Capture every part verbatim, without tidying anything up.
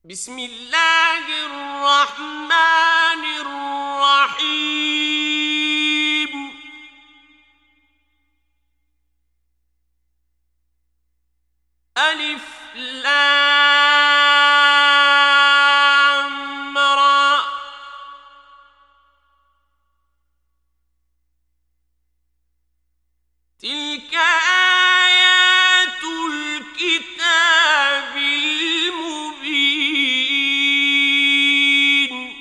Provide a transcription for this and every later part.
بسم الله الرحمن الرحيم ألف لام را تلك آيات الكتاب المبين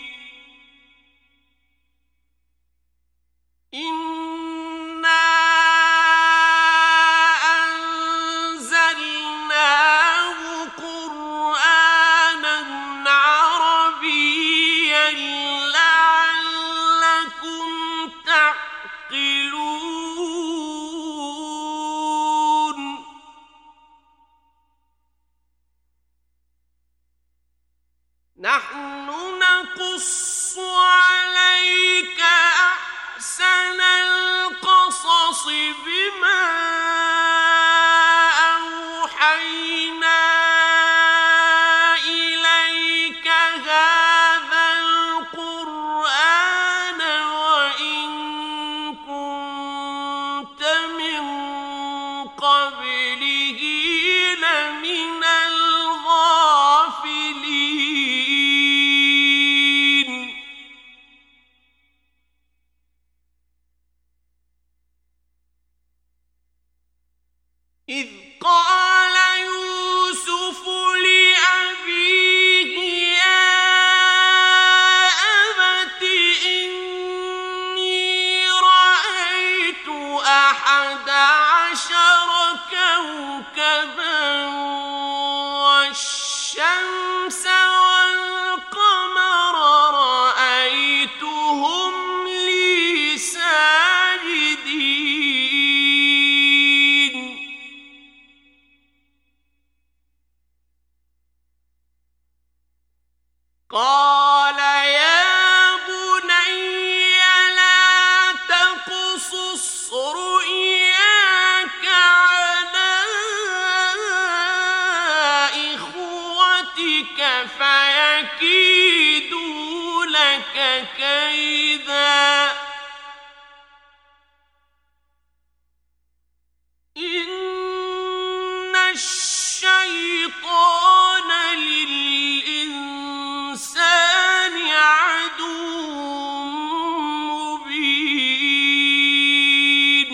إنا أنزلناه قرآنا عربيا لعلكم تعقلون نحن نقص عليك أحسن القصص بما أوحينا إليك هذا القرآن وإن كنت من قبله لمن الغافلين إذ قال يوسف لأبيه يا أبت إني رأيت أحد عشر كوكبا والشمس والقمر رأيتهم لي ساجدين قال يا بني لا تقصص رؤياك على إخوتك فيكيدوا لك كيدا إن الشيطان للإنسان عدو مبين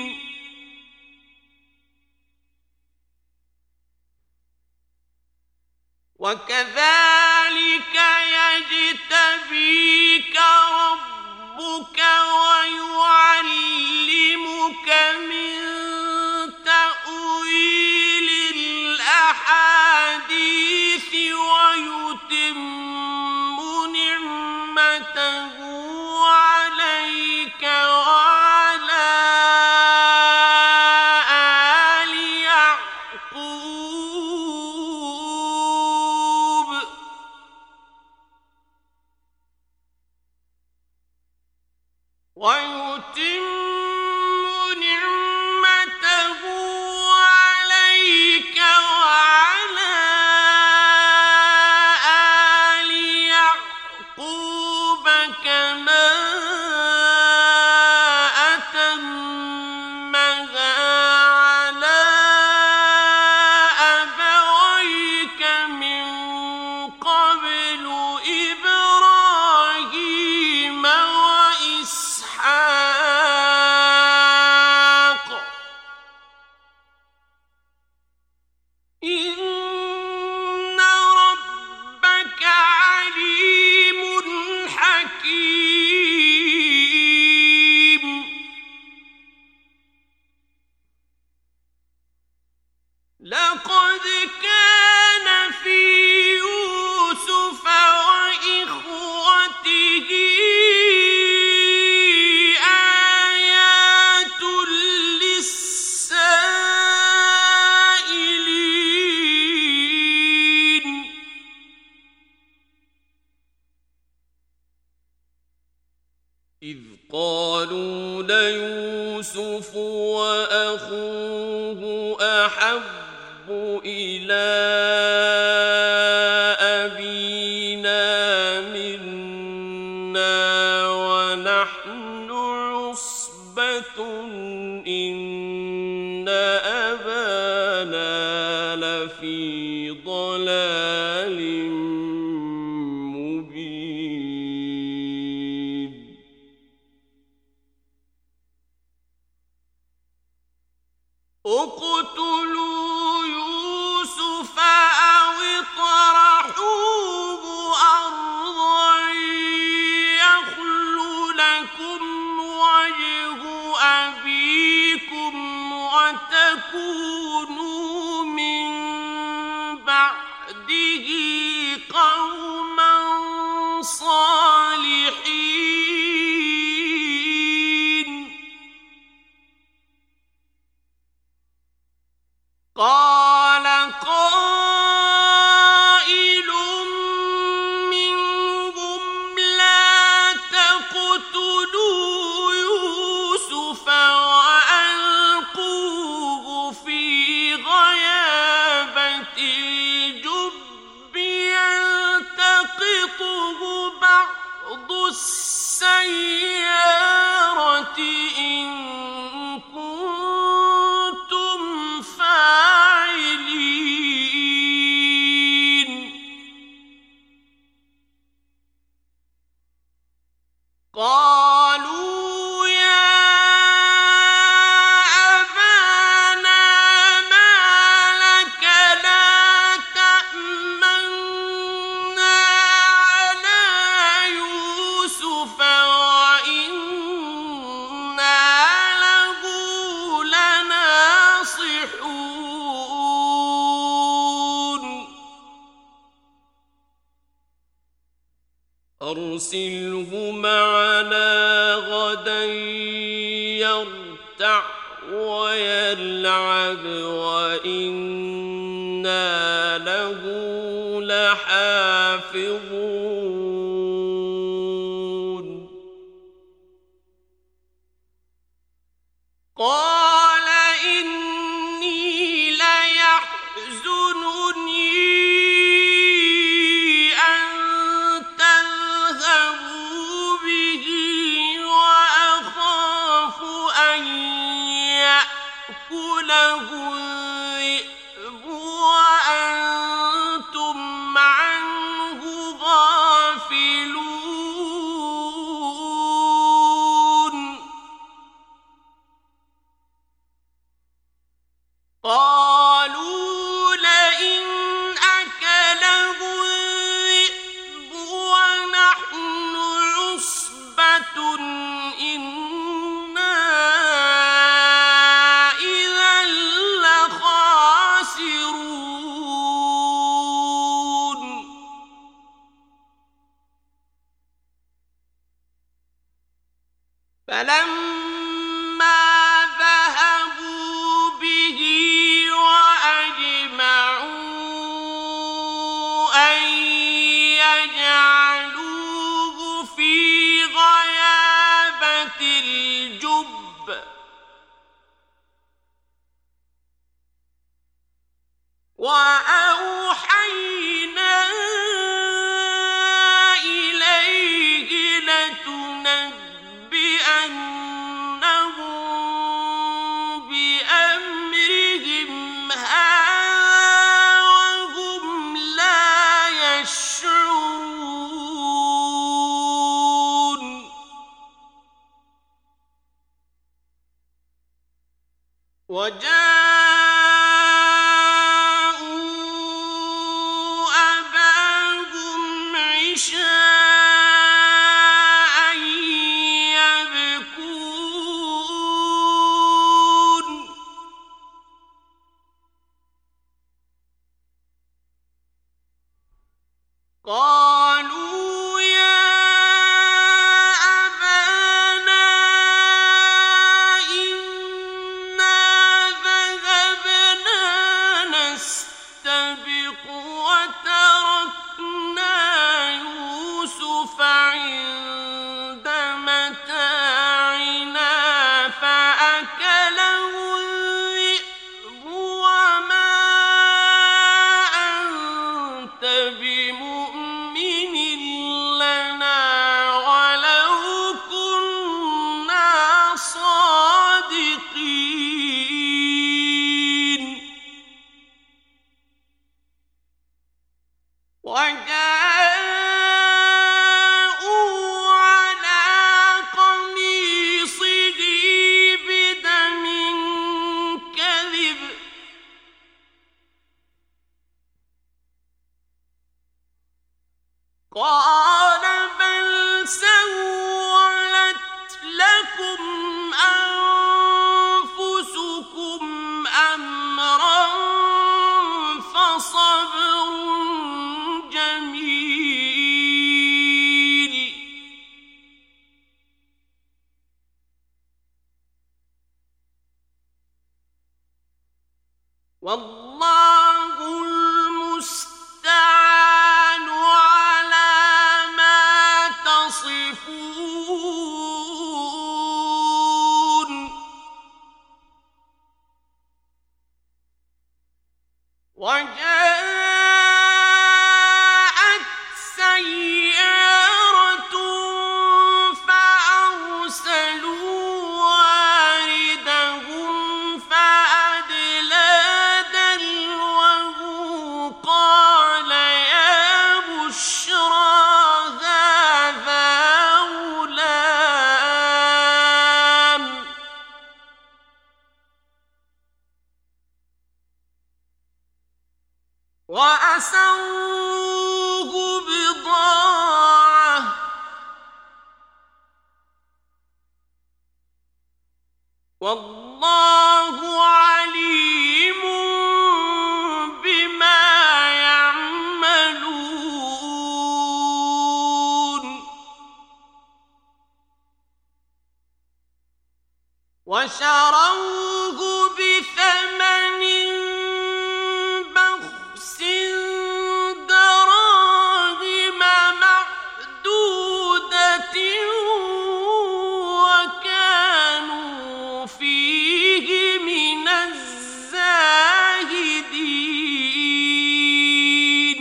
وكذلك يجتبيك ربك ويعلمك من تأويل الأحاديث ويتم نعمته عليك وعلى آل يعقوب ويتم نعمته عليك وعلى آل يعقوب كما أتمها على أبويك من قبل إبراهيم وإسحاق إن ربك عليم حكيم لقد كان في يوسف وإخوته آيات للسائلين إذ قالوا ليوسف وأخوه أحب إلى أبيه منا ونحن عصبة إن أبانا لفي ضلال مبين اقتلوا يوسف أو اطرحوه أرضا يخل لكم وجه أبيكم وتكونوا من بعده قوما صالحين قال قائل منهم لا تقتلوا يوسف وألقوه في غيابة الجب يلتقطه بعض السيارة إن كنتم فاعلين قالوا يا أبانا ما لك لا تأمنا على يوسف وإنا له لناصحون أرسله معنا غدا يرتع ويلعب وإنا له لحافظون قال إني ليحزنني أن تذهبوا به وأخاف أن يأكله الذئب وأنتم عنه غافلون قالوا لئن أكله الذئب ونحن عصبة إنا إذا لخاسرون فلما ذهبوا به وأجمعوا أن يجعلوه في غيابة الجب وأوحينا إليه لتنبئنهم بأمرهم هذا وهم لا يشعرون وجاءوا أباهم عشاء يبكون قالوا يا أبانا إنا ذهبنا نستبق وتركنا يوسف عند متاعنا فأكله الذئب وما أنت بمؤمن على قميصه بدم كذب قال بل سولت لكم أنفسكم أمرا فصبر جميل والله المستعان على ما تصفون وجاءت سيارة فأرسلوا واردهم فأدلى دلوه قال يا بشرى هذا غلام وأسروه بضاعة والله عليم بما يعملون وشروه بثمن بخس دراهم معدودة وكانوا فيه من الزاهدين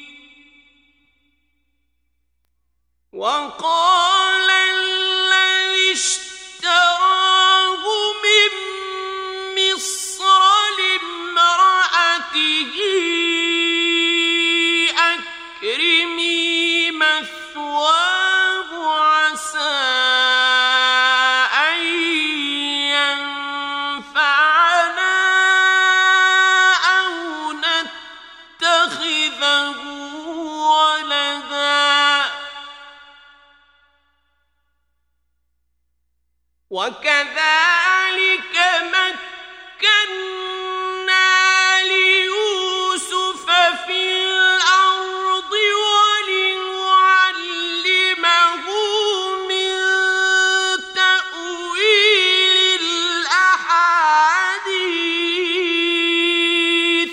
وقال الذي اشتراه من مصر لامرأته أكرمي مثواه عسى أن ينفعنا أو نتخذه ولدا وكذلك مكنا ليوسف في الأرض ولنعلمه من تأويل الأحاديث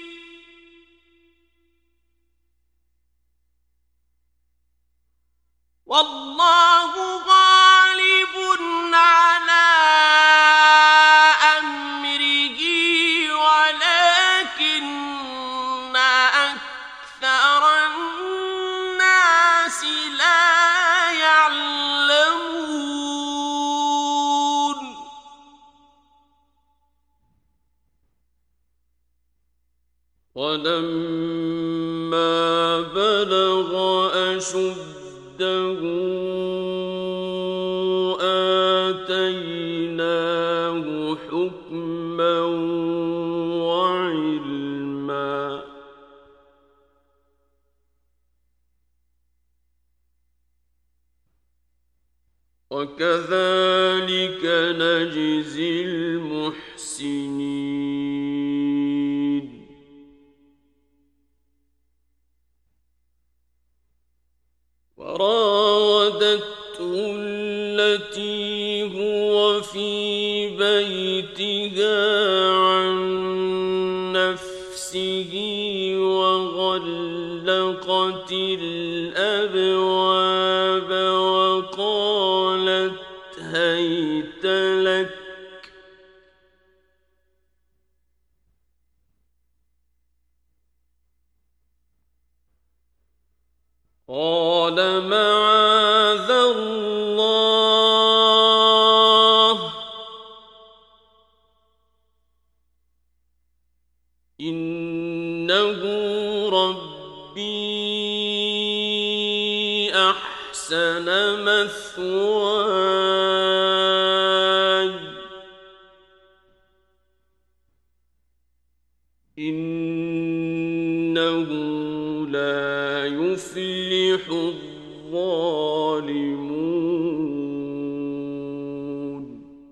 والله غالب على أمره ولكن أكثر الناس لا يعلمون ولما بلغ أشده آتيناه حكما وعلما وكذلك نجزي المحسنين وراودته التي هو في بيتها عن نفسه وغلقت الأبواب وقالت هيت لك قال معاذ الله إنه ربي أحسن مثواي إنه لا يفلح الظالمون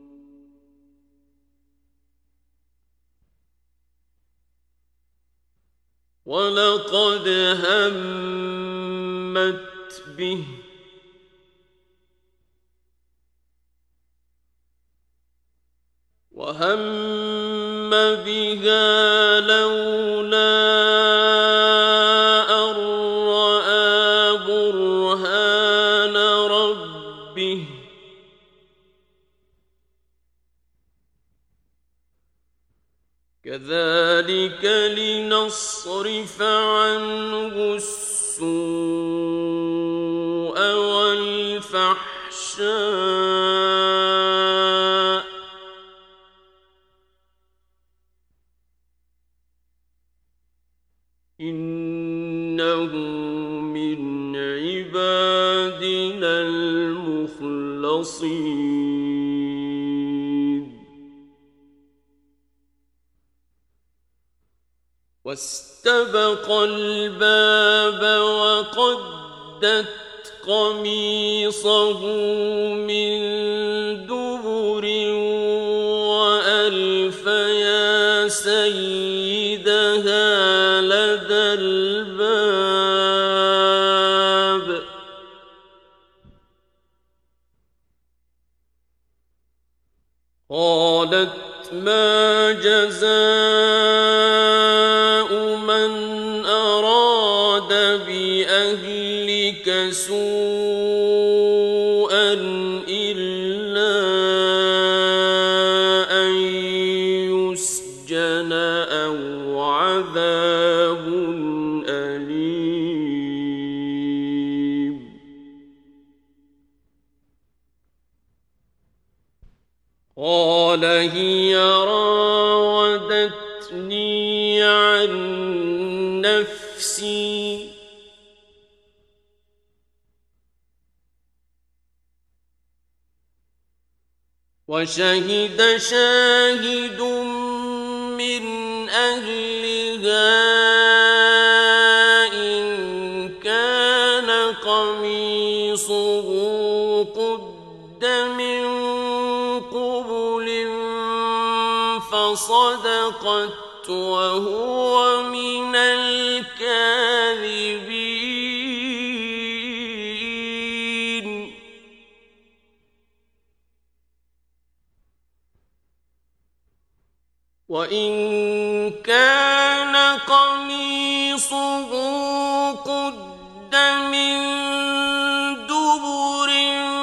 ولقد همت به وهم بها لولا أن رأى برهان ربه كذلك لنصرف عنه السوء والفحشاء إنه من عبادنا المخلصين واستبق الباب وقدت قميصه من دبر وألف يا سيدها لدى الباب قالت ما جزاء من أراد بأهلك سوءا إلا أن يسجن أو عذاب أليم قال هي راودتني عن نفسي وشهد شاهد من أهلها إن كان قميصه قد من قبل فصدقت وهو من الكاذبين وإن كان قميصه قد من دبر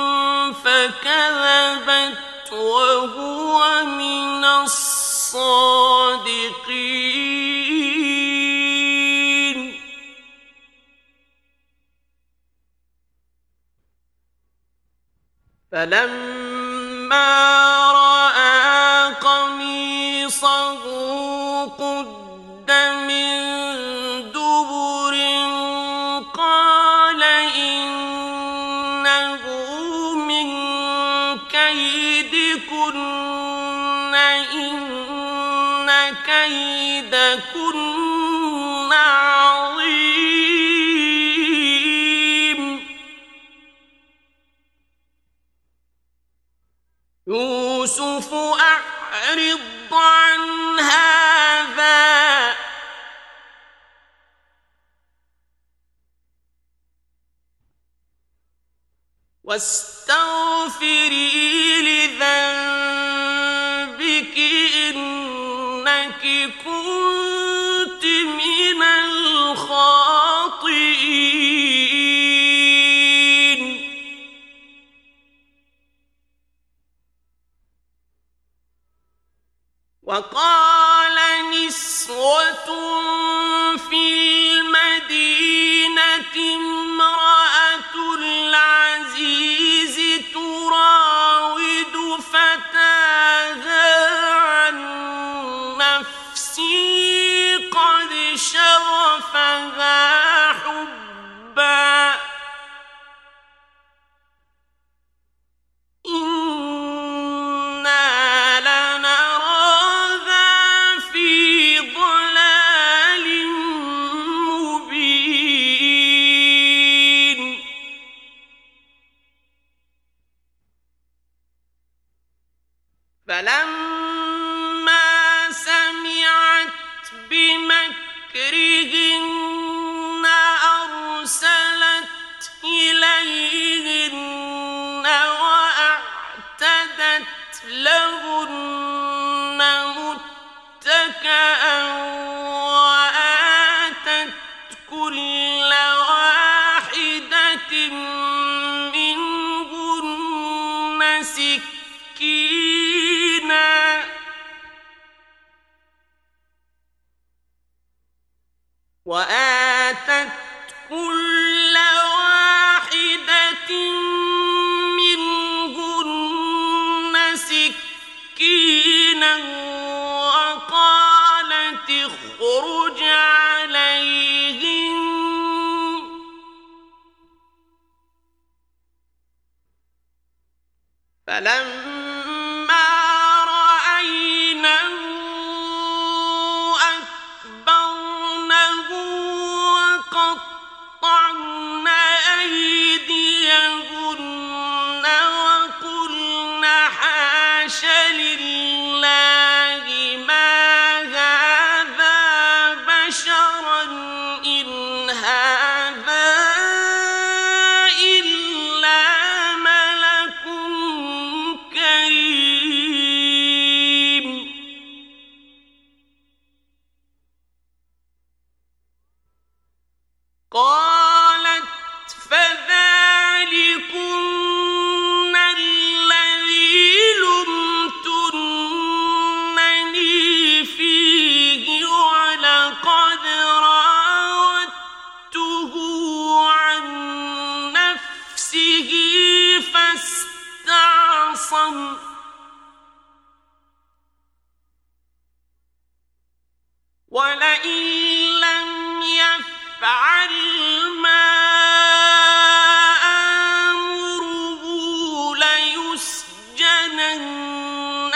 فكذبت وهو من الصادقين فلما رأى قميصه قد من دبر قال إنه من كيدكن إن كيدكن عظيم يوسف أعرض عن هذا واستغفري لذنبك إنك كنت من الخاطئين وقال نسوة في المدينة امرأة العزيز تراود فتاها عن نفسه قد شغفها حبا فلما رأينه أكبرنه وقطعن أيديهن وقلن حاش لله ما هذا بشرا إن هذا إلا ملك كريم. قالت فذلكن الذي لمتنني فيه ولقد راودته عن نفسه فاستعصم ولئن لم يفعل ما آمره ليسجنن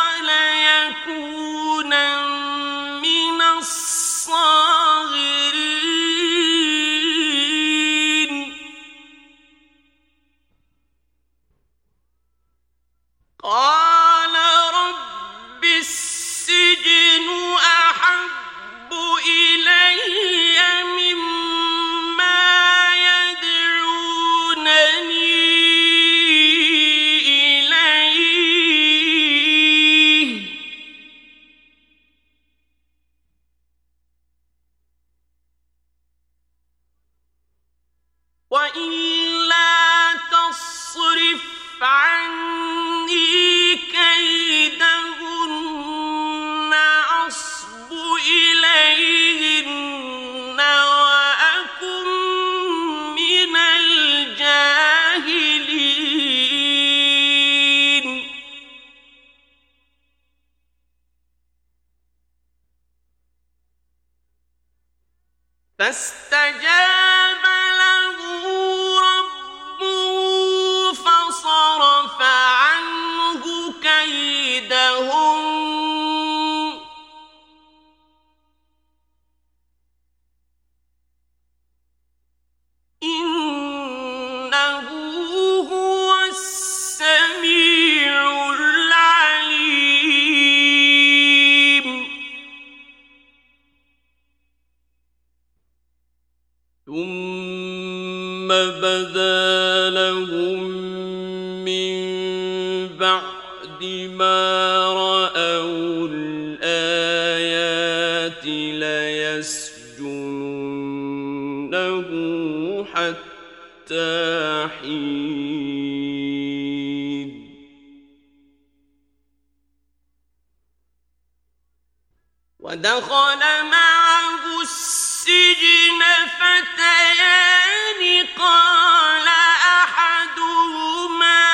وليكونا من الصاغرين. قال رب السجن أحب إلي مما يدعونني إليه وإلا تصرف عني كيدهن أصب إليهن وأكن من الجاهلين. فاستجاب له ربه فصرف عنه كيدهم إنه هو السميع العليم. ثم بدا لهم من بعد ما رأوا الآيات ليسجننه حتى حين. ودخل معه السجن فتيان قال أحدهما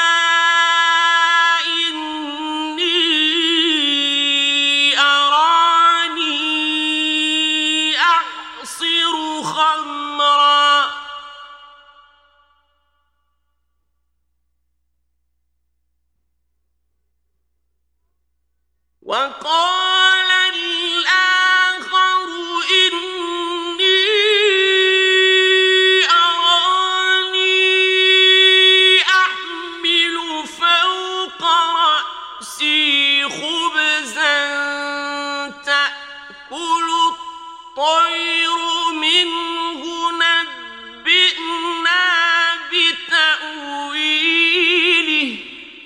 إني أراني أعصر خمرا وقال الآخر إني أراني أحمل فوق رأسي خبزا تأكل الطير منه نبئنا بتأويله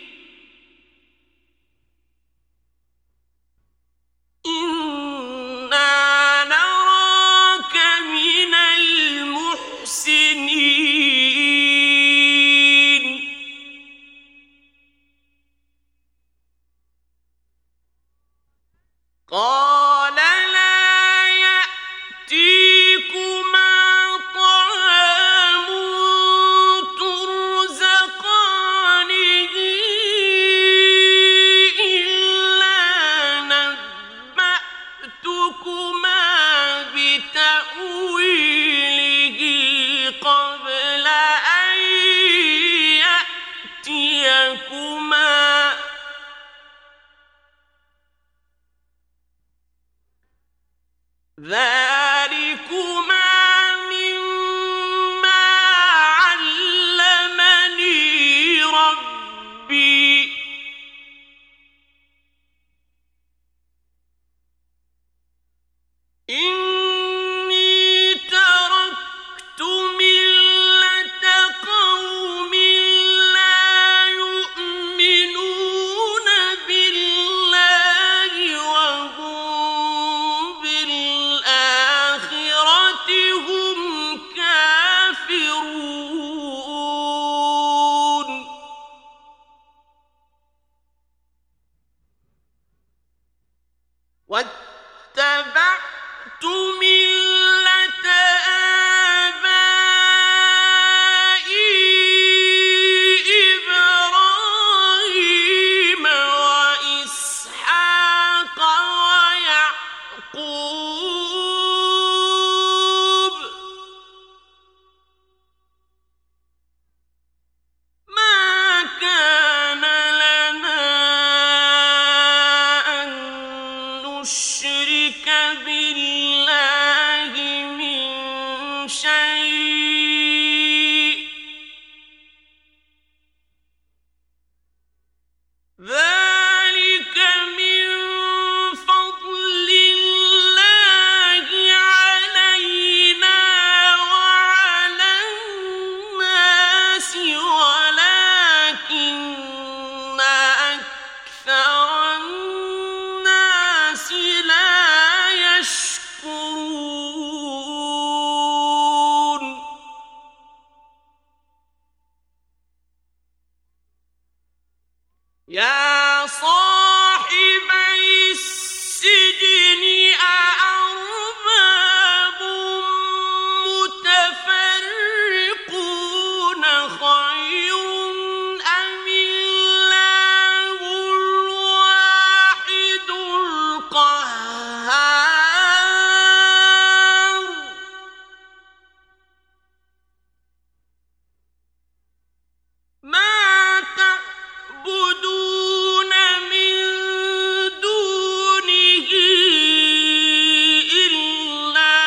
إنا نراك من المحسنين. قال لا يأتيكما طعام ترزقانه إلا نبأتكما بتأويله قبل أن يأتيكما ولكن أكثر الناس لا يشكرون يا صاحبي السجن أأرباب متفرقون خير أم الله الواحد القهار ما تعبدون من دونه إلا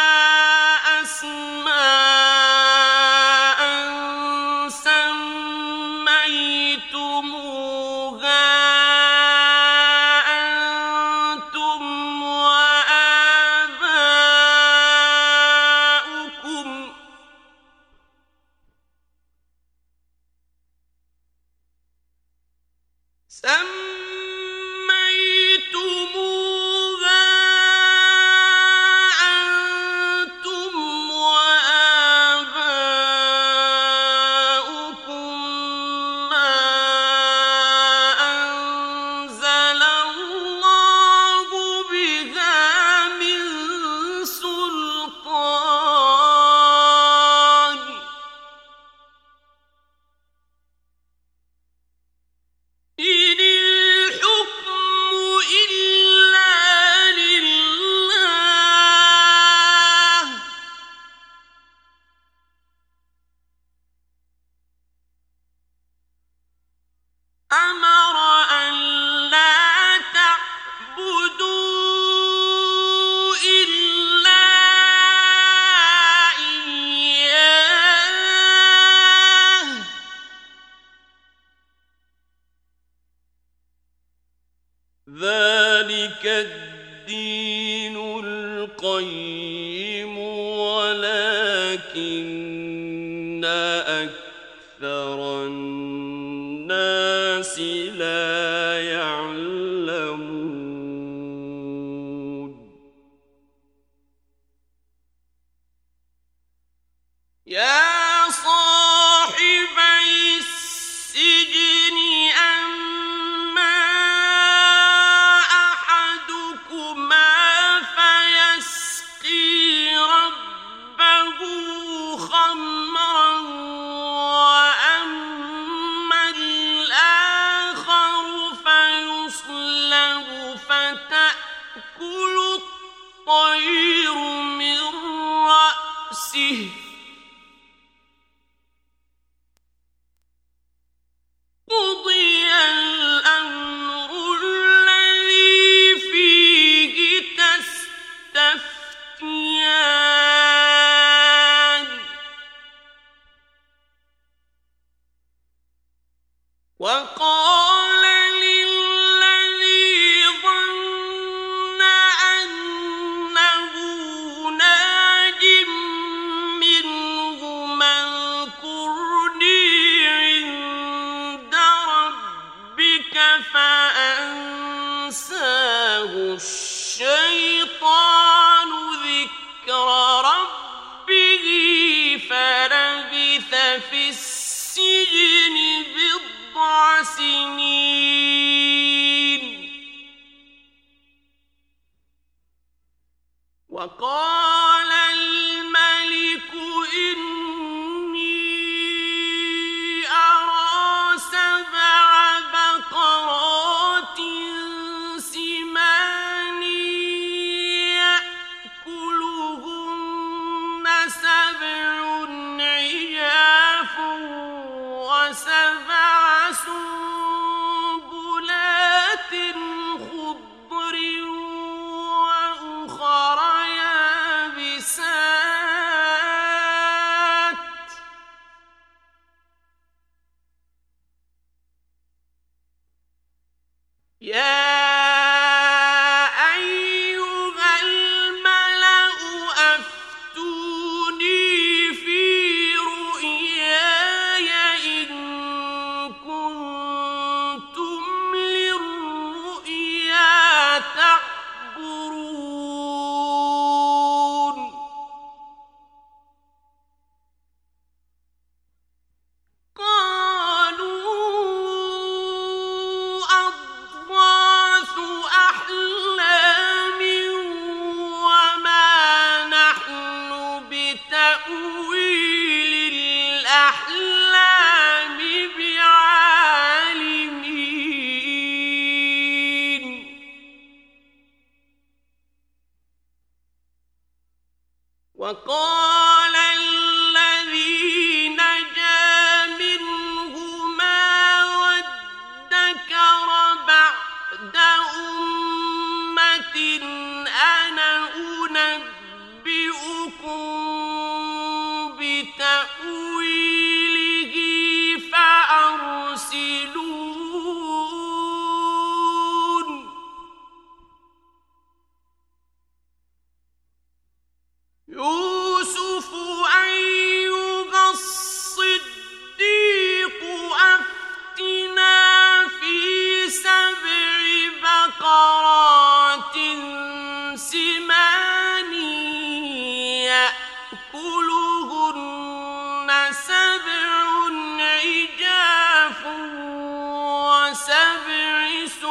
أسماء سميتموها أنتم وآباؤكم سميتموها أنتم وآباؤكم ما أنزل الله بها من سلطان إن الحكم إلا لله أمر أن لا تعبدوا إلا إياه ذلك الدين القيم ولكن أكثر الناس لا يعلمون يا صاحبي السجن أما أحدكما فيسقي ربه خمرا وأما الآخر فيصلب فتأكل الطير من رأسه قضي الأمر الذي فيه تستفتيان وقال للذي ظن أنه ناج منهما اذكرني عند ربك فأنساه الشيطان ذكر ربه فلبث في السجن بضع سنين وقال الملك إني أرى سبع بقرات سمان يأكلهن سبع عجاف وسبع سنبلات الأحلام بعالمين وقال الذي نجا منهما وادكر بعد أمة أنا أنبئكم بتأويله فأرسلون يوسف أيها الصديق أفتنا في سبع بقرات سمان يأكلهن سبع عجاف وسبع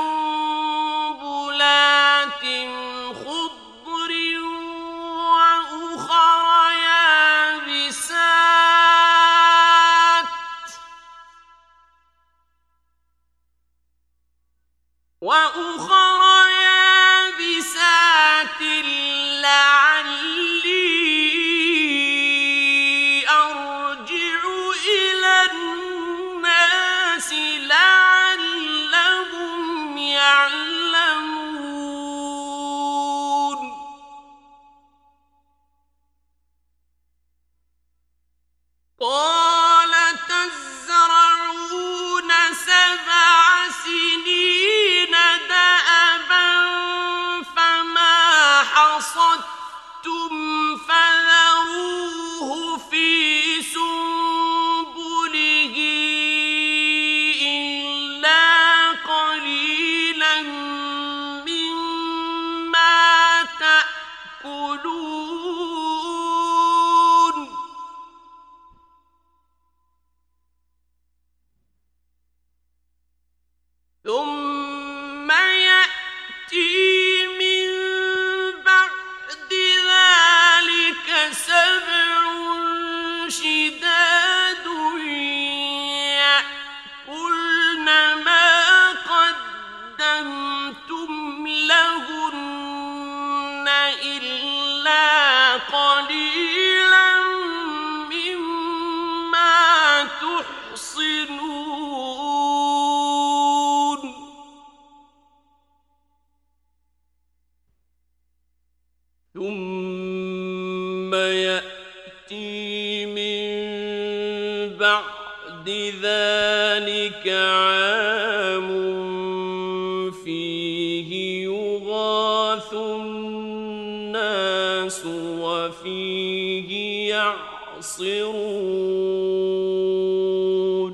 سنبلات خضر وأخر يابسات وأخر يابسات لعلي أرجع إلى الناس لعلهم يعلمون قال تزرعون سبع سنين دأبا فما حصدتم فذروه في سنبله إلا قليلا مما تأكلون ثم يأتي من بعد ذلك سبع شداد يأكلن ما قدمتم لهن إلا قليلا مما تحصنون ثم يأتي من بعد ذلك عام فيه يغاث الناس وفيه يعصرون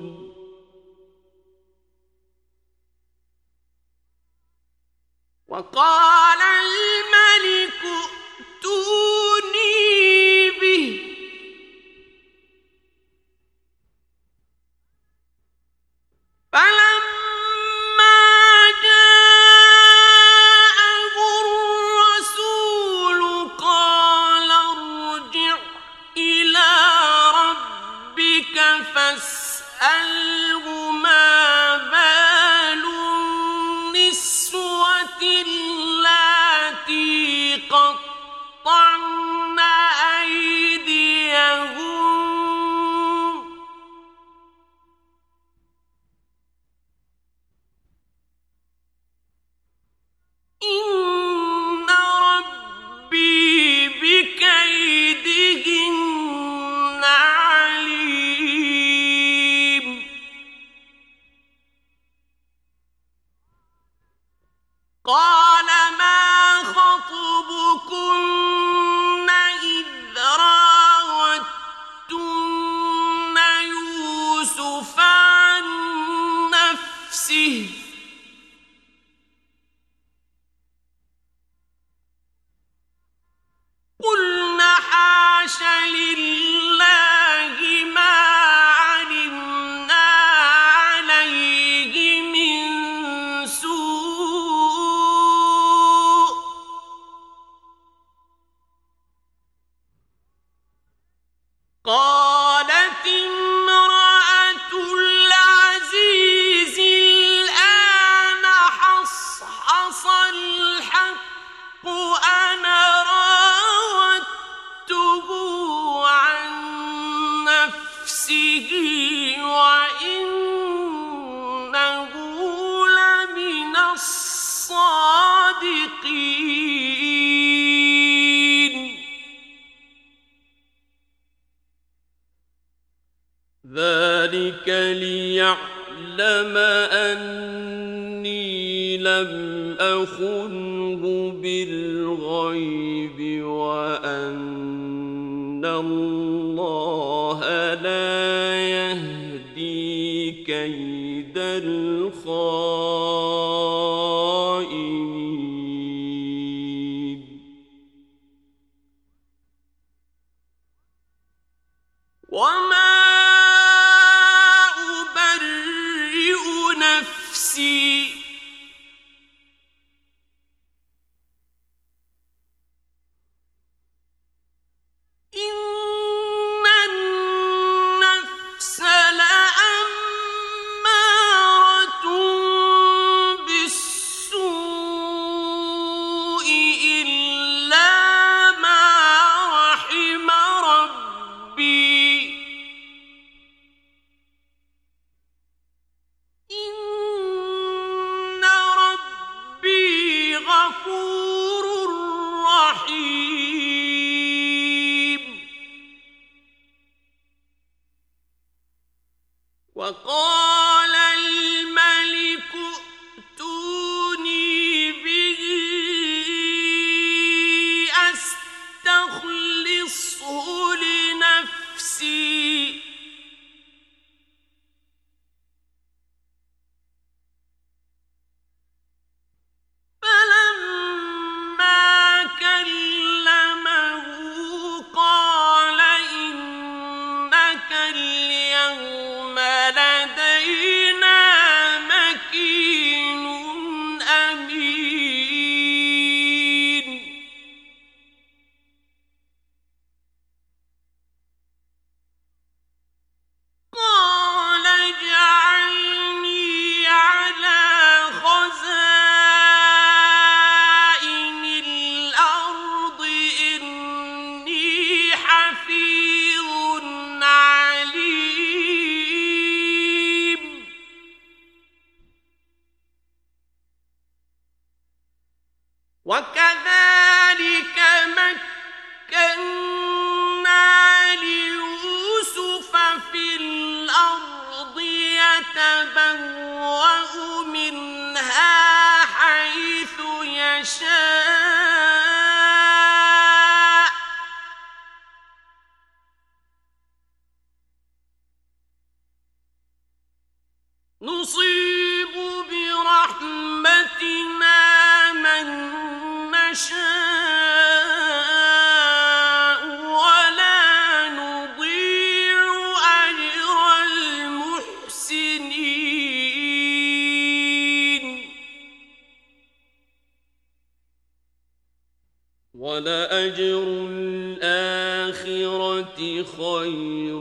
وقال الملك ائتوني به فلما جاءه الرسول قال ارجع إلى ربك فاسأله ما بال النسوة اللاتي قطعن أيديهن إن ربي بكيدهن عليم ذلك ليعلم أني لم أخنه بالغيب وأن الله لا يهدي كيد الخائنين وما أبرئ نفسي إن النفس لأمارة بالسوء إلا ما رحم ربي إن ربي غفور رحيم وقال الملك ائتوني به أستخلصه لنفسي فلما كلمه قال إنك اليوم لدينا مكين أمين قال اجعلني على خزائن الأرض إني حفيظ عليم وكذلك مكنا ليوسف في الأرض يتبوأ منها حيث يشاء نصيب برحمتنا من نشاء ولا نضيع أجر المحسنين ولأجر الآخرة خير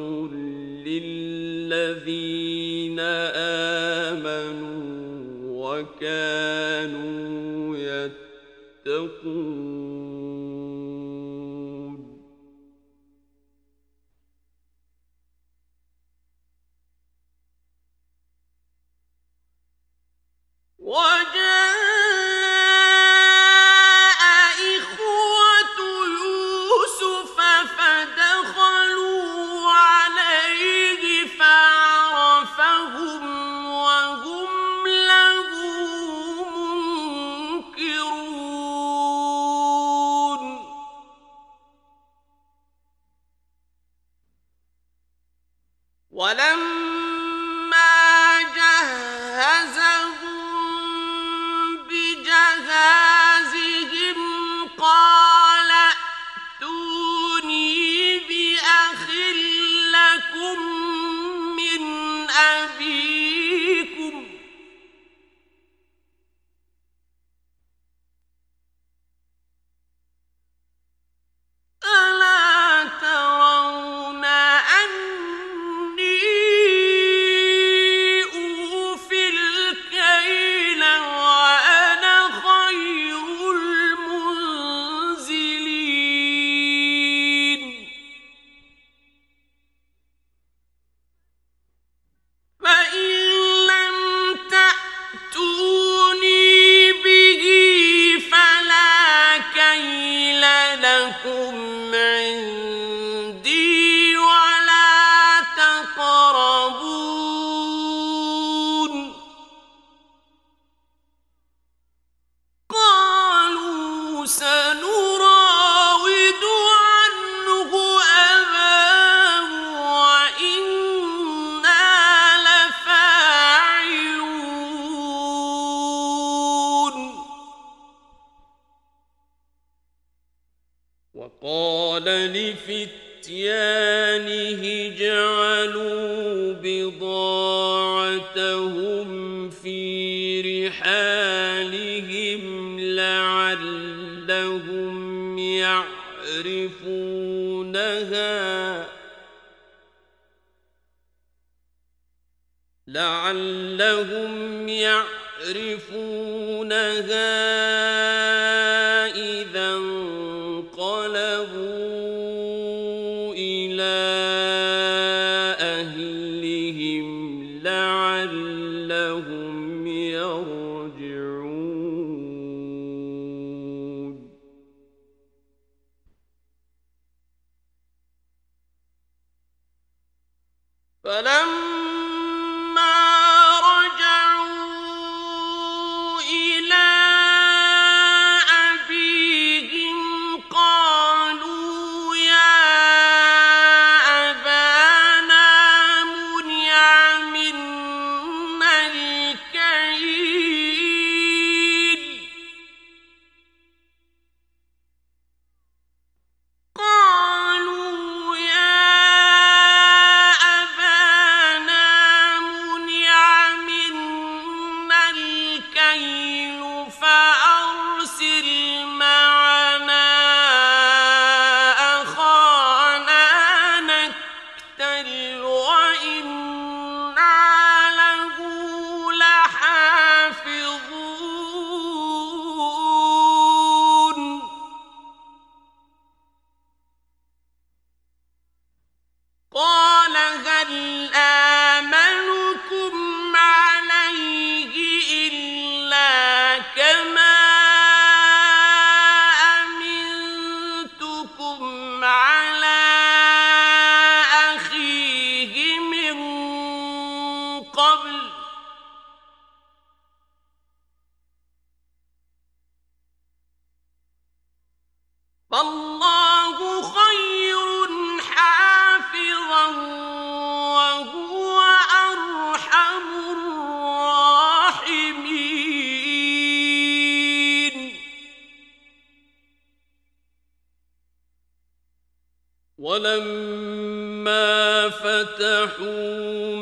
للذين آمنوا وكانوا يتقون وجاء إخوة يوسف فدخلوا عليه فعرفهم وهم له منكرون ولما جهزهم بجهازهم قال ائتوني بأخ لكم من أبيكم ألا ترون أني قال لفتيانه اجعلوا بضاعتهم في رحالهم لعلهم يعرفونها لعلهم يعرفونها إذا انقلبوا إلى أهلهم لعلهم يرجعون فلما فالله خير حافظا وهو أرحم الراحمين ولما فتحوا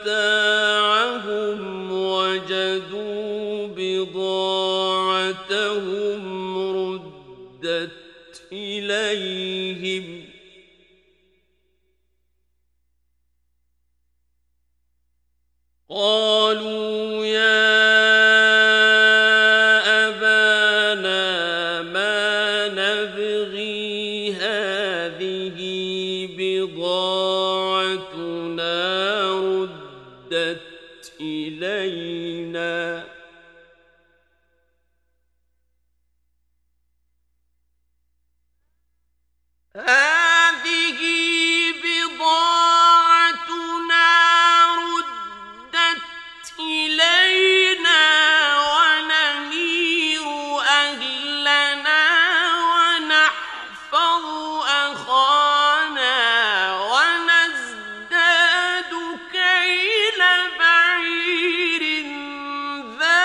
متاعهم وجدوا بضاعتهم ردت إليهم قالوا يا أبانا ما نبغي هذه بضاعتنا ردت إلينا هذه بضاعتنا ردت إلينا ونمير أهلنا ونحفظ أخانا ونزداد كيل بعير ذلك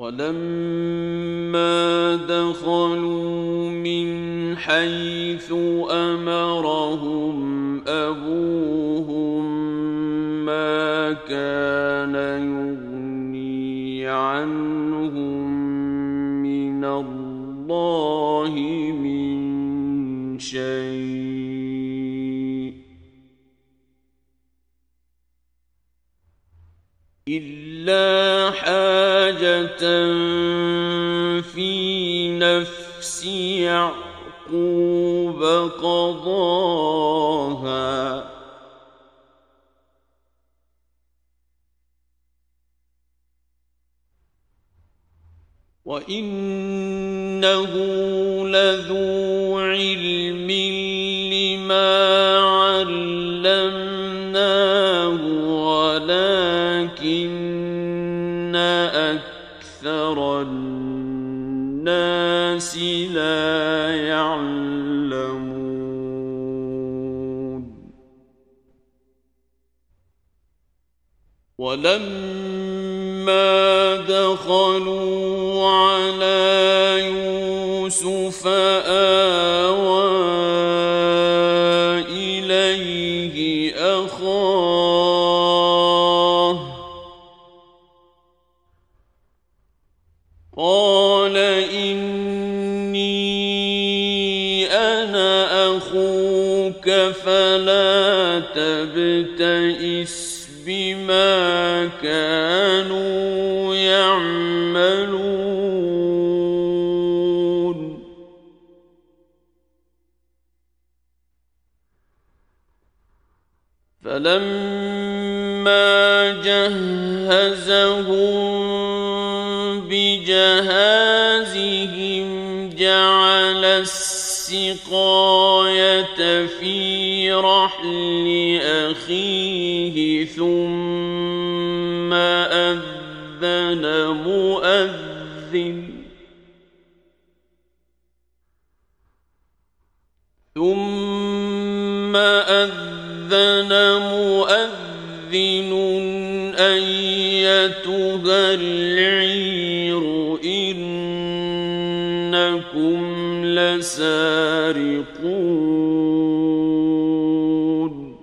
ولما دخلوا من حيث أمرهم أبوهم ما كان يغني عنهم من الله من شيء إلا حاجة في نفس يعقوب قضاها وإنه لذو علم لما علمناه ولكن أكثر الناس لا يعلمون ولما دخلوا على يوسف آوى إليه أخاه قال إني أنا أخوك فلا تبتئس بما كانوا يعملون فلما جهزهم بجهازهم جعل السقاية في رحل أخيه ثم أذن مؤذن ثم أذن مؤذن أيتها العير إنكم لسارقون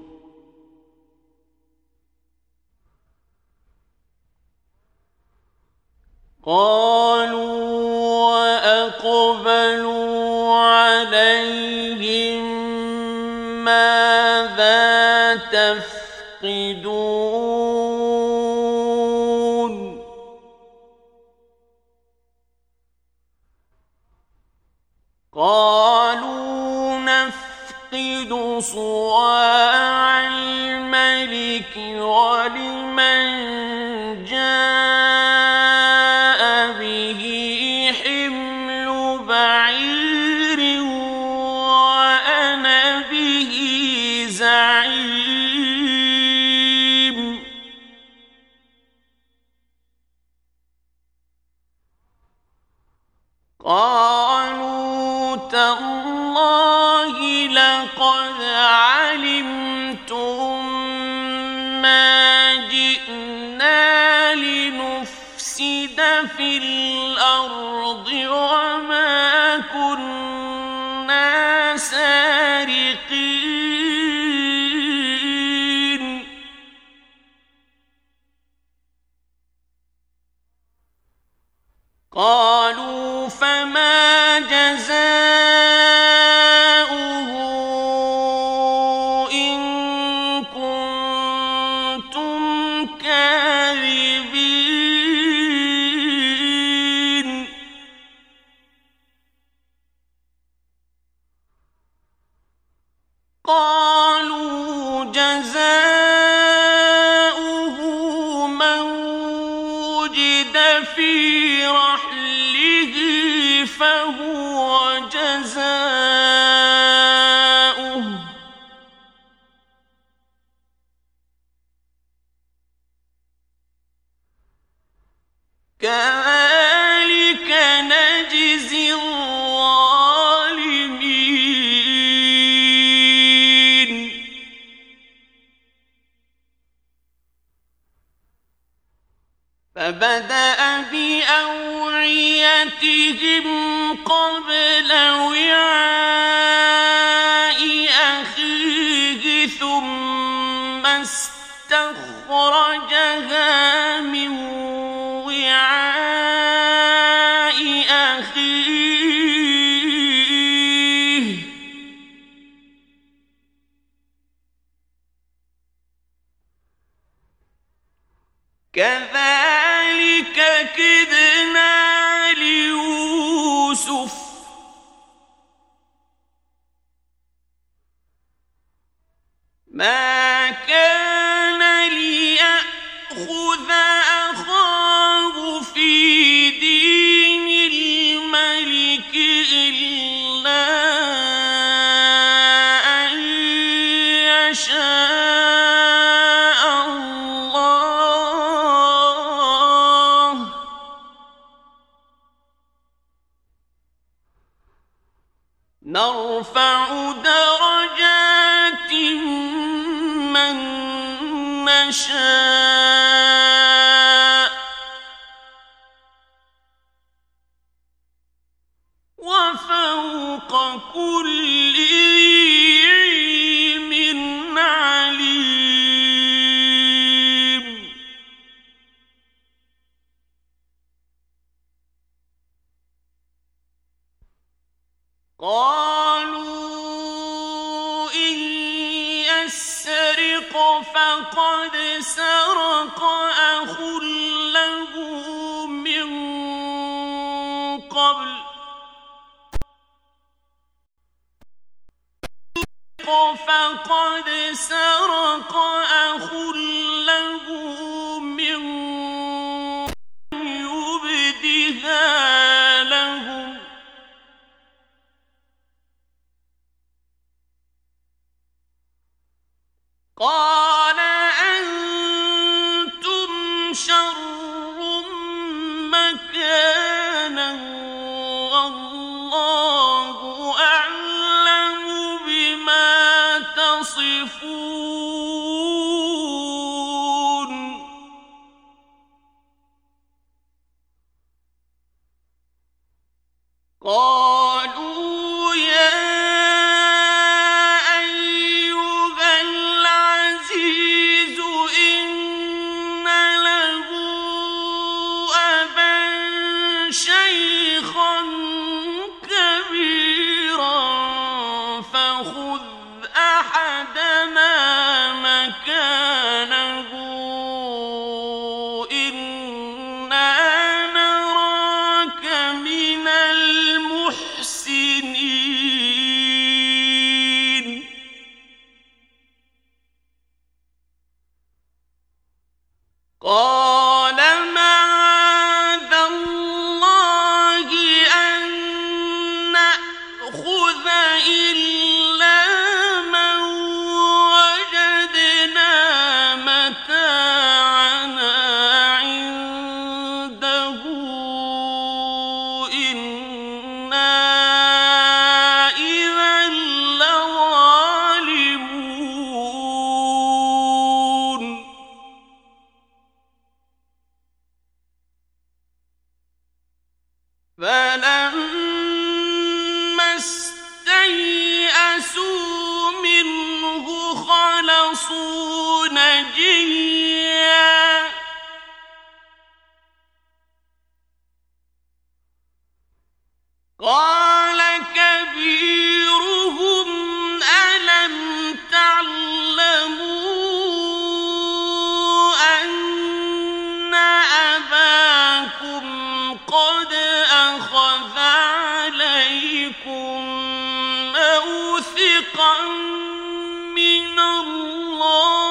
قالوا وأقبلوا عليهم ماذا تفقدون قالوا نفقد صواع الملك ولمن جاء به حمل بعير وأنا به زعيم قالوا تالله لقد علمتم ما جئنا لنفسد في الأرض وما كنا سارقين قالوا فما جزاؤه إن كنتم كاذبين قالوا جزاؤه من وجد في رحله فهو جزاؤه كذلك نجزي الظالمين فبدأ بأوعيتهم قبل وعاء أخيه ثم استخرجها من وعاء أخيه كذلك كدنا ليوسف ما كان ليأخذ أخاه في دين الملك إلا أن يشاء الله نرفع درجات من نشاء وفوق كل ذي علم عليم قالوا إن يسرق فقد سرق أخ له من قبل فقد سرق أخ له من يبدها لهم قال أنتم شر مكانا والله أعلم بما تصفون قالوا يا أيها العزيز إن له أبا شيخا كبيرا فخذ أحدنا مكانه إنا نراك من المحسنين قال معاذ الله أن نأخذ إلا من وجدنا متاعنا عنده إنا إذا لظالمون فلما استيئسوا منه خلصوا نجيا قال كبيرهم ألم تعلموا أن أباكم قد أخذ عليكم موثقا من الله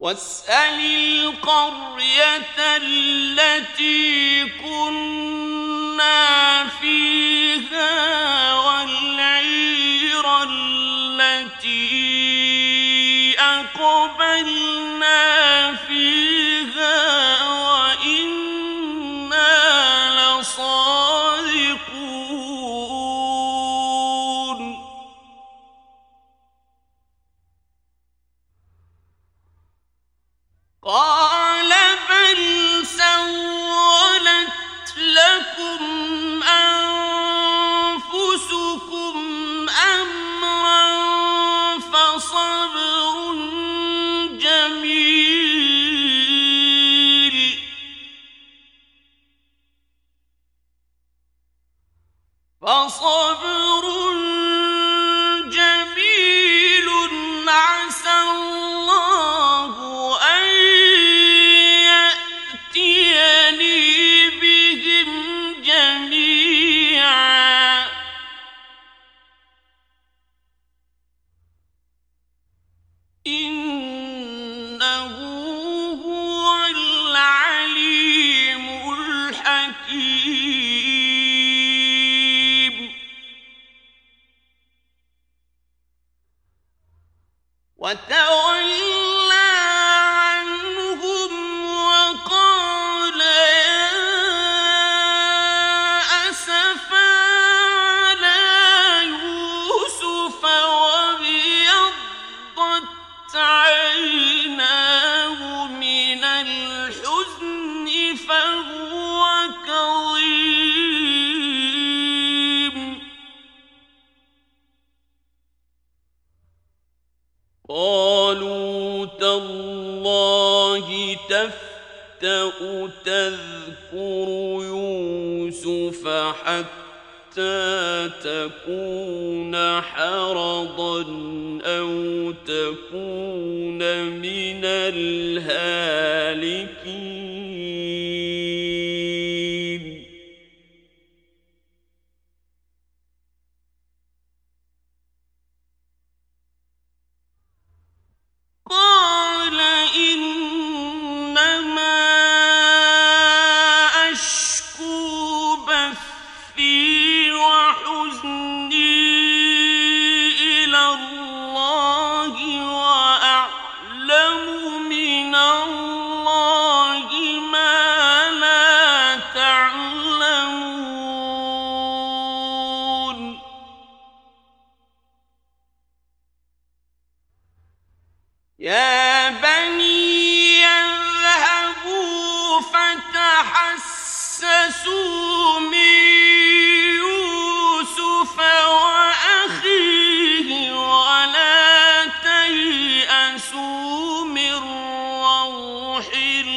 واسأل القرية التي كنا فيها والعير التي أقبلنا فيها وإنا لصادقون قال بل سولت لكم أنفسكم أمرا فصبر جميل فصبر جميل عسى الله أن يأتيني بهم جميعا إنه هو العليم الحكيم وتولى عنهم وقال يا أسفا على يوسف وابيضت عيناه من الحزن فهو كظيم قالوا تالله تفتأ تذكر يوسف حتى تكون حرضا أو تكون من الهالكين قال إنما أشكو بثي وحزني إلى الله وأعلم من الله ما لا تعلمون يا بني اذهبوا فتحسسوا من يوسف وأخيه ولا تيأسوا من روح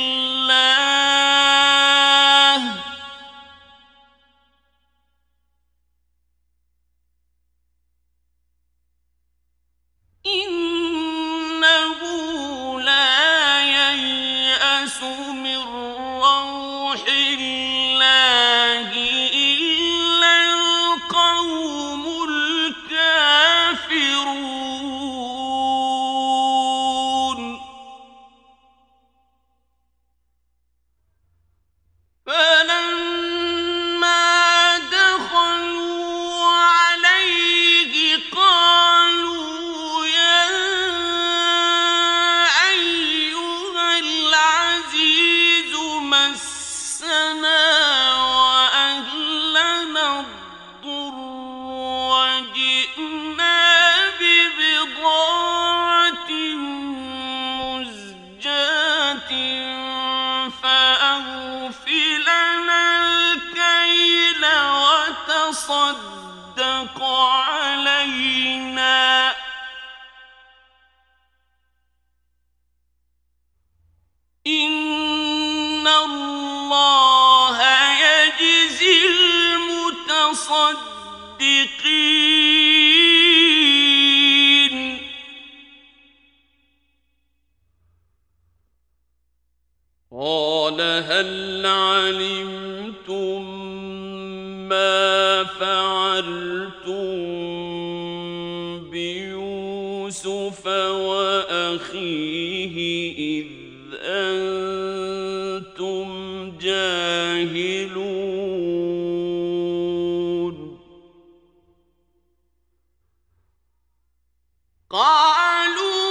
الله إنه لا ييأس من روح الله إلا القوم الكافرون فلما دخلوا عليه قالوا يا أيها العزيز مسنا وأهلنا الضر وجئنا ببضاعة مزجاة فأوف لنا الكيل وتصدق علينا إن الله يجزي المتصدقين قال هل علمتم ما فعلتم بيوسف وأخيه إذ أنتم جاهلون قالوا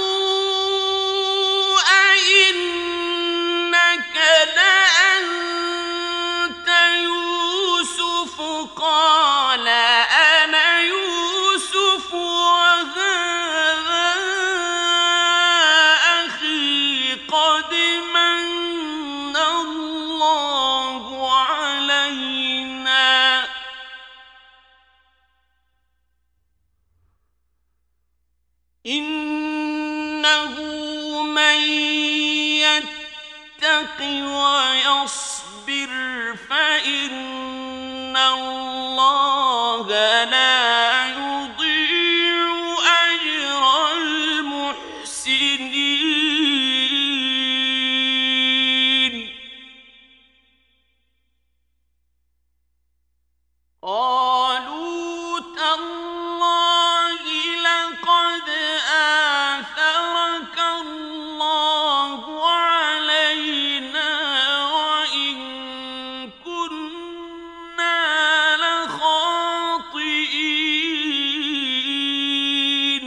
أئنك لأنت يوسف قال أنا يوسف وهذا أخي قد من الله علينا إنه من يتق ويصبر فإن الله لا يضيع أجر المحسنين قالوا تالله لقد آثرك الله علينا وإن كنا لخاطئين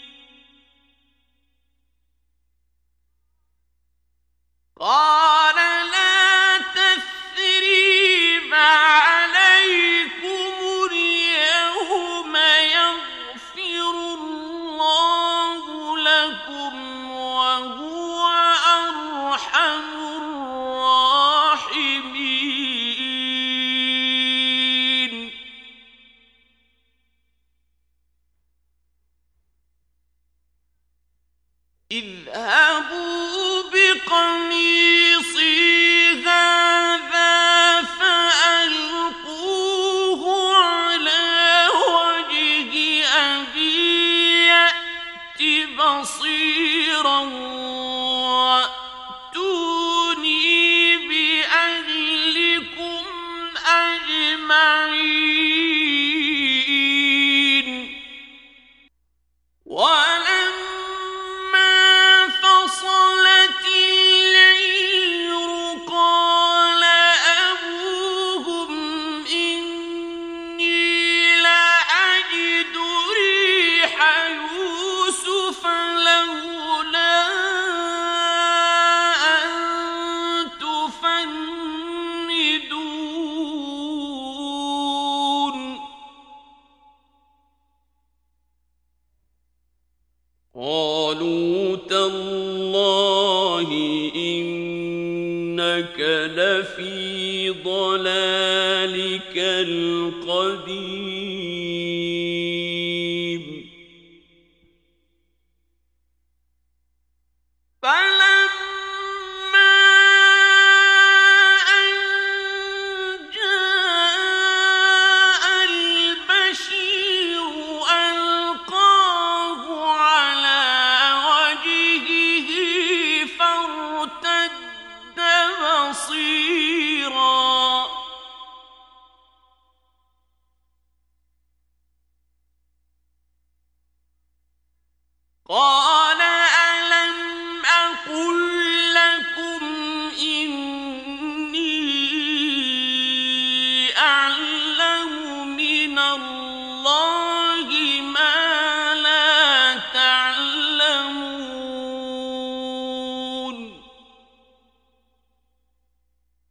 قال لا تثريب عليكم اليوم يغفر الله لكم وهو أرحم الراحمين اذهبوا بقميصي هذا فألقوه على وجه أبي يأت بصيرا وأتوني بأهلكم أجمعين ولما فصلت العير قال أبوهم إني لأجد ريح يوسف لولا أن تفندون قالوا تالله إنك لفي ضلالك القديم فلما أن جاء البشير ألقاه على وجهه فارتد بصيرا قال ألم أقل لكم إني أعلم من الله ما لا تعلمون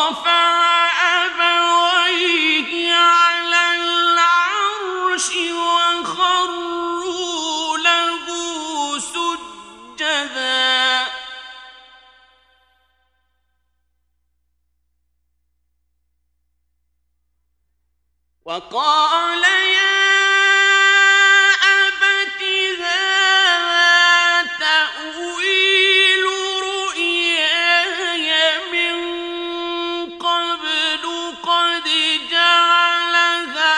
وقال يا أبت هذا تأويل رؤياي من قبل قد جعلها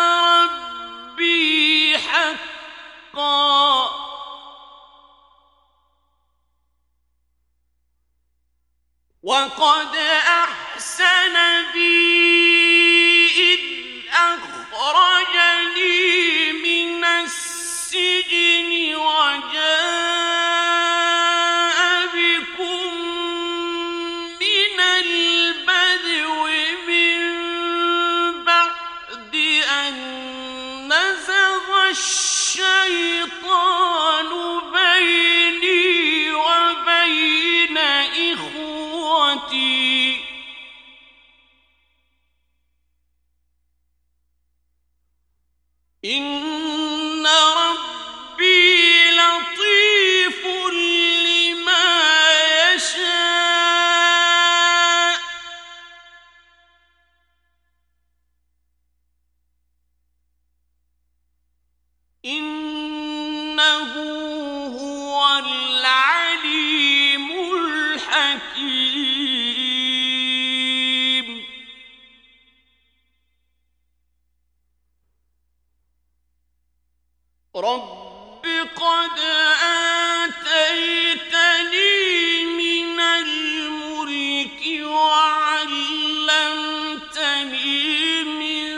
ربي حقا وقد أحسن بي أخرجني من السجن وجاء بكم من البدو من بعد أن نزغ الشيطان بيني وبين إخوتي إن ربي لطيف لما يشاء إنه هو العليم الحكيم رب قد آتيتني من الملك وعلمتني من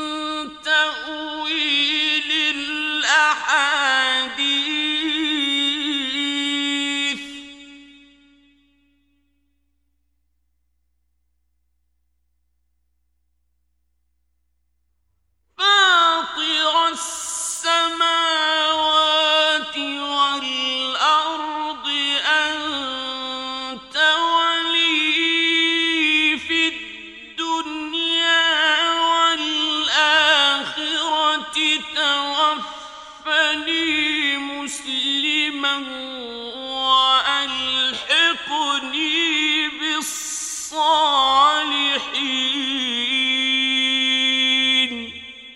تأويل الأحاديث فاطر السماوات والأرض أنت ولي في الدنيا والآخرة توفني مسلما وألحقني بالصالحين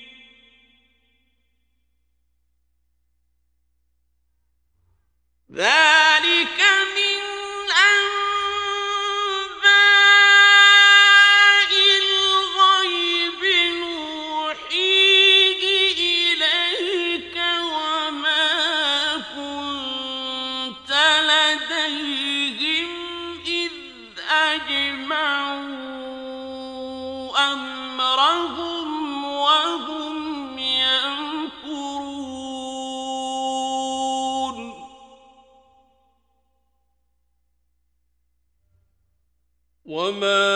ذلك من أنباء الغيب نوحيه إليك وما كنت لديهم إذ أجمعوا أمرهم وهم يمكرون وما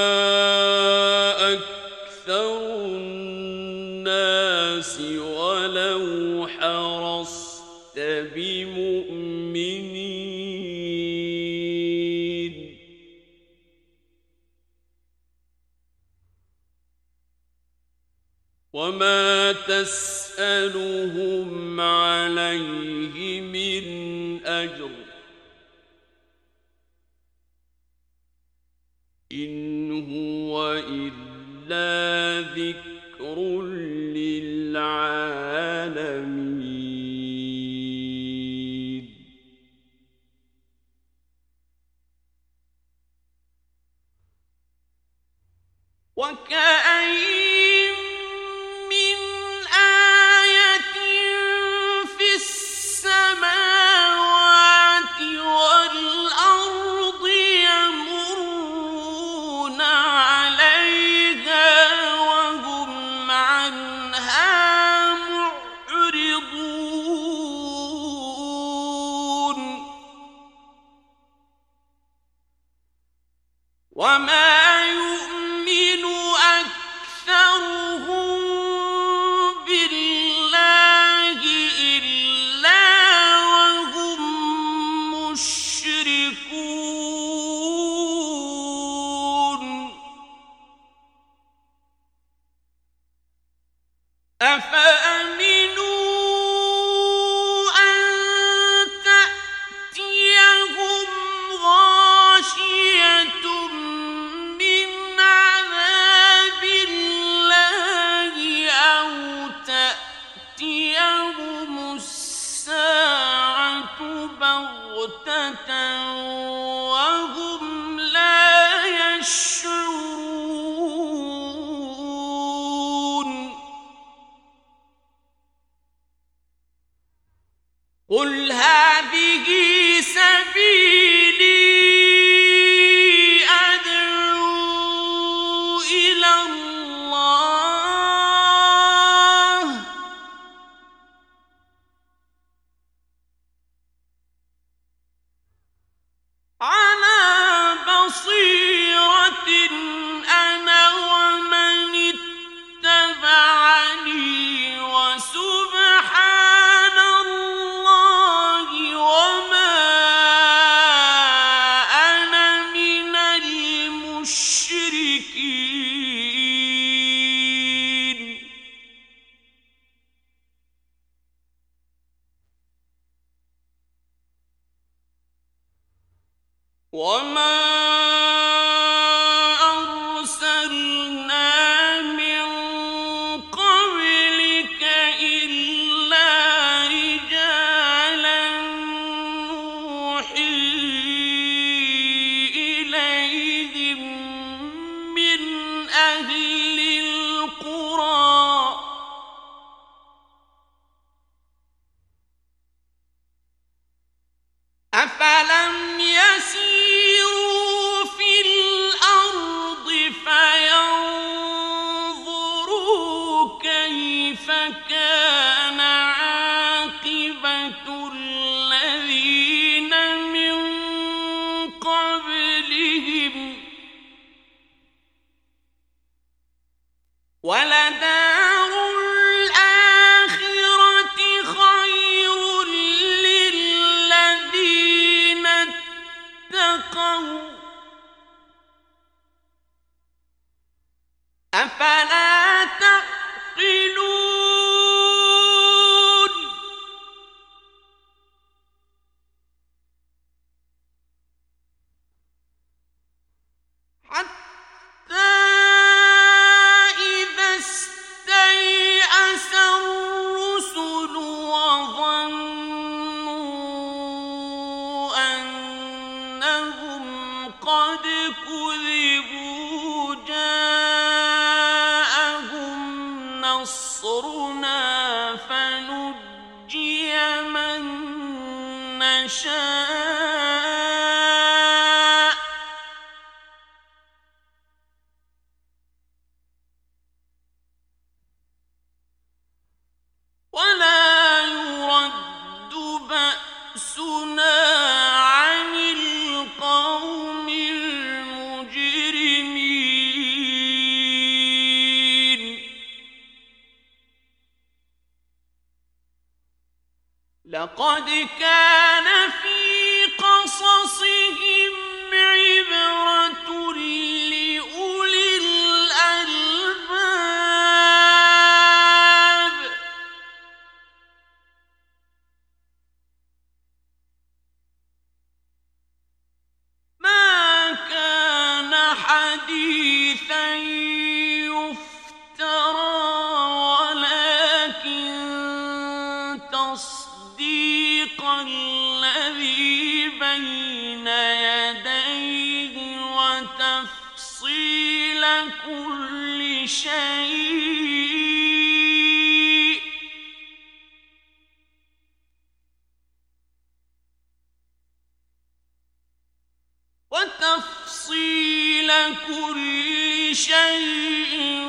أكثر الناس ولو حرصت بمؤمنين وما تسألهم عليه من أجر إن هو إلا ذكر للعالمين وكأين من آية في السماوات والأرض يمرون عليها وهم عنها معرضون وما يؤمن أكثرهم بالله إلا وهم مشركون قل هذه سبيلي أدعو إلى الله على بصيرة أنا ومن اتبعني وسبحان الله وما أنا من المشركين. وما أرسلنا من قبلك إلا رجالا نوحي إليهم من أهل القرى أفلم يسيروا في الأرض فينظروا كيف كان عاقبة الذين من قبلهم ولدار الآخرة خير للذين اتقوا أفلا تعقلون. حتى إذا استيأس الرسل وظنوا أنهم قد كذبوا جاءهم نصرنا فنجي من نشاء ولا يرد بأسنا عن القوم المجرمين. لقد كان في قصصهم عبرة لأولي الألباب ما كان حديثا يفترى ولكن تصديق الذي بين يديه وتفصيل كل شيء وتفصيل كل شيء